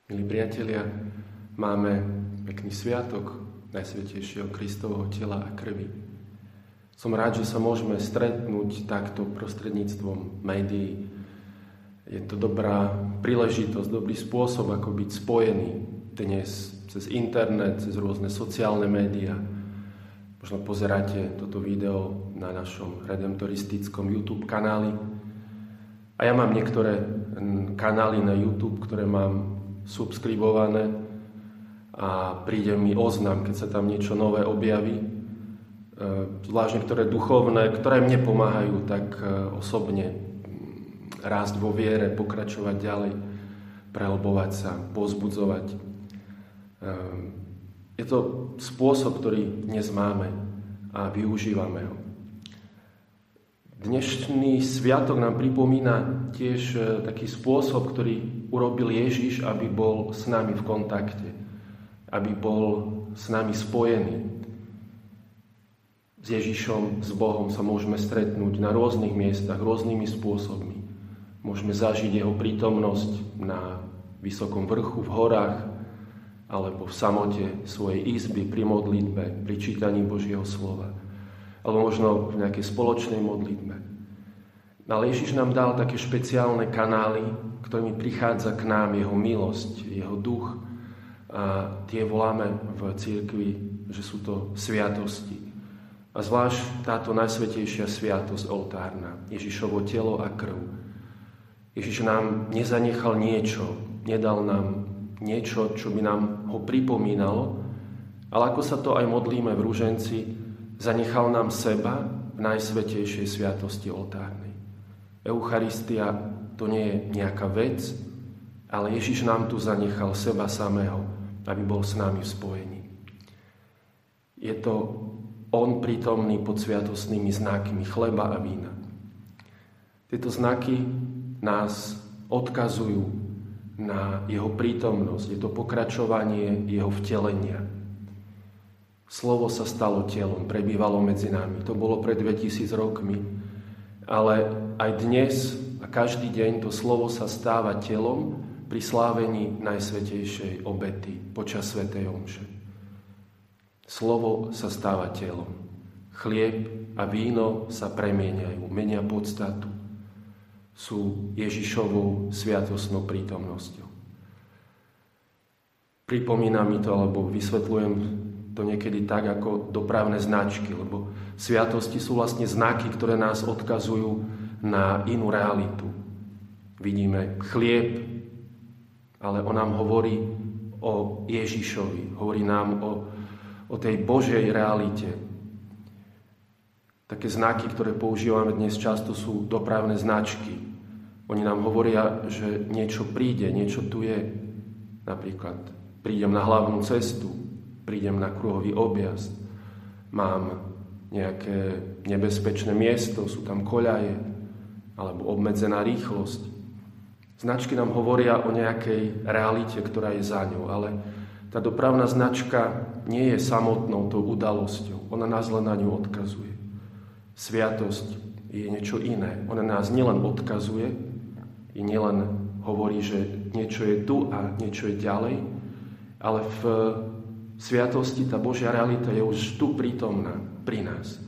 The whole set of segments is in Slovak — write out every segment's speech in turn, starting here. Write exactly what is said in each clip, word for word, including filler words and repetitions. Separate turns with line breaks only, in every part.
Milí priatelia, máme pekný sviatok Najsvätejšieho Kristovho tela a krvi. Som rád, že sa môžeme stretnúť takto prostredníctvom médií. Je to dobrá príležitosť, dobrý spôsob, ako byť spojený dnes cez internet, cez rôzne sociálne médiá. Možno pozeráte toto video na našom redemptoristickom YouTube kanáli. A ja mám niektoré kanály na YouTube, ktoré mám subskribované a príde mi oznam, keď sa tam niečo nové objaví. Zvlášť niektoré duchovné, ktoré mne pomáhajú tak osobne rásť vo viere, pokračovať ďalej, prehlbovať sa, povzbudzovať. Je to spôsob, ktorý dnes máme a využívame ho. Dnešný sviatok nám pripomína tiež taký spôsob, ktorý urobil Ježiš, aby bol s nami v kontakte, aby bol s nami spojený. S Ježišom, s Bohom sa môžeme stretnúť na rôznych miestach, rôznymi spôsobmi. Môžeme zažiť jeho prítomnosť na vysokom vrchu, v horách, alebo v samote svojej izby, pri modlitbe, pri čítaní Božieho slova. Alebo možno v nejakej spoločnej modlitbe. Ale Ježiš nám dal také špeciálne kanály, ktorými prichádza k nám jeho milosť, jeho duch. A tie voláme v cirkvi, že sú to sviatosti. A zvlášť táto najsvätejšia sviatosť oltárna, Ježišovo telo a krv. Ježiš nám nezanechal niečo, nedal nám niečo, čo by nám ho pripomínalo, ale ako sa to aj modlíme v ruženci, zanechal nám seba v najsvätejšej sviatosti oltárnej. Eucharistia to nie je nejaká vec, ale Ježiš nám tu zanechal seba samého, aby bol s nami v spojení. Je to on prítomný pod sviatostnými znakmi chleba a vína. Tieto znaky nás odkazujú na jeho prítomnosť. Je to pokračovanie jeho vtelenia. Slovo sa stalo telom, prebývalo medzi nami. To bolo pred dvetisíc rokmi. Ale aj dnes a každý deň to slovo sa stáva telom pri slávení najsvätejšej obety počas svätej omše. Slovo sa stáva telom. Chlieb a víno sa premieňajú, menia podstatu. Sú Ježišovou sviatostnou prítomnosťou. Pripomína mi to, alebo vysvetľujem to niekedy tak ako dopravné značky, lebo sviatosti sú vlastne znaky, ktoré nás odkazujú na inú realitu. Vidíme chlieb, ale on nám hovorí o Ježišovi, hovorí nám o, o tej Božej realite. Také znaky, ktoré používame dnes často, sú dopravné značky. Oni nám hovoria, že niečo príde, niečo tu je. Napríklad prídem na hlavnú cestu, prídem na kruhový objazd, mám nejaké nebezpečné miesto, sú tam koľaje, alebo obmedzená rýchlosť. Značky nám hovoria o nejakej realite, ktorá je za ňou, ale tá dopravná značka nie je samotnou tou udalosťou. Ona nás len na ňu odkazuje. Sviatosť je niečo iné. Ona nás nielen odkazuje, i nielen hovorí, že niečo je tu a niečo je ďalej, ale v sviatosti tá Božia realita je už tu prítomná pri nás.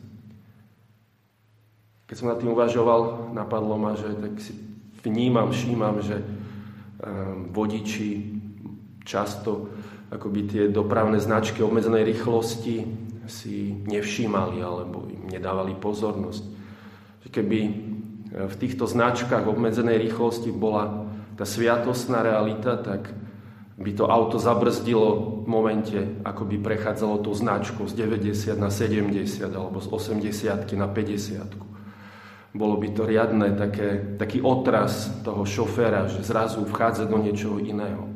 Keď som nad tým uvažoval, napadlo ma, že tak si vnímam, všímam, že vodiči často akoby tie dopravné značky obmedzenej rýchlosti si nevšímali alebo im nedávali pozornosť. Keby v týchto značkách obmedzenej rýchlosti bola tá sviatostná realita, tak by to auto zabrzdilo v momente, ako by prechádzalo tú značku z deväťdesiat na sedemdesiat alebo z osemdesiat na päťdesiat. Bolo by to riadne také, taký otras toho šoféra, že zrazu vchádza do niečoho iného.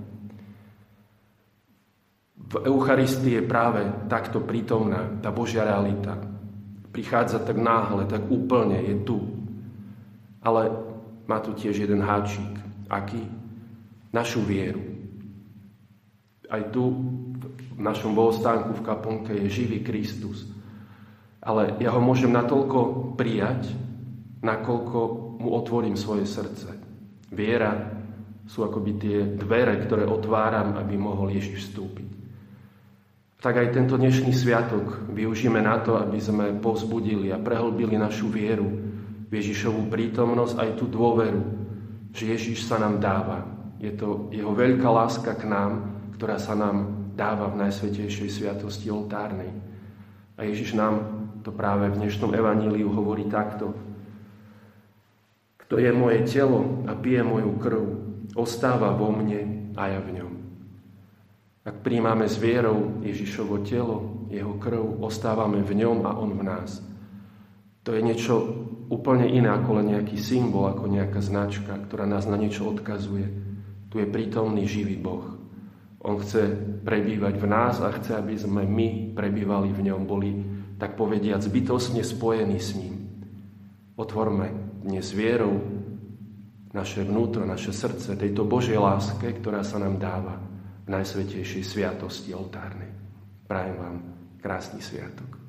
V Eucharistii je práve takto prítomná tá Božia realita. Prichádza tak náhle, tak úplne, je tu. Ale má tu tiež jeden háčik. Aký? Našu vieru. Aj tu v našom bohostánku v kaplnke je živý Kristus. Ale ja ho môžem natoľko prijať, nakoľko mu otvorím svoje srdce. Viera Sú akoby tie dvere, ktoré otváram, aby mohol Ježiš vstúpiť. Tak aj tento dnešný sviatok využíme na to, aby sme povzbudili a prehlbili našu vieru v Ježišovú prítomnosť, aj tú dôveru, že Ježiš sa nám dáva. Je to jeho veľká láska k nám, ktorá sa nám dáva v Najsvätejšej sviatosti oltárnej. A Ježiš nám to práve v dnešnom evaníliu hovorí takto. Kto je moje telo a pije moju krv, ostáva vo mne a ja v ňom. Ak príjmame s vierou Ježišovo telo, jeho krv, ostávame v ňom a on v nás. To je niečo úplne iné ako len nejaký symbol, ako nejaká značka, ktorá nás na niečo odkazuje. Tu je prítomný živý Boh. On chce prebývať v nás a chce, aby sme my prebývali v ňom, boli, tak povediac, bytostne spojení s ním. Otvorme dnes vierou naše vnútro, naše srdce tejto Božej láske, ktorá sa nám dáva v Najsvätejšej sviatosti oltárnej. Prajem vám krásny sviatok.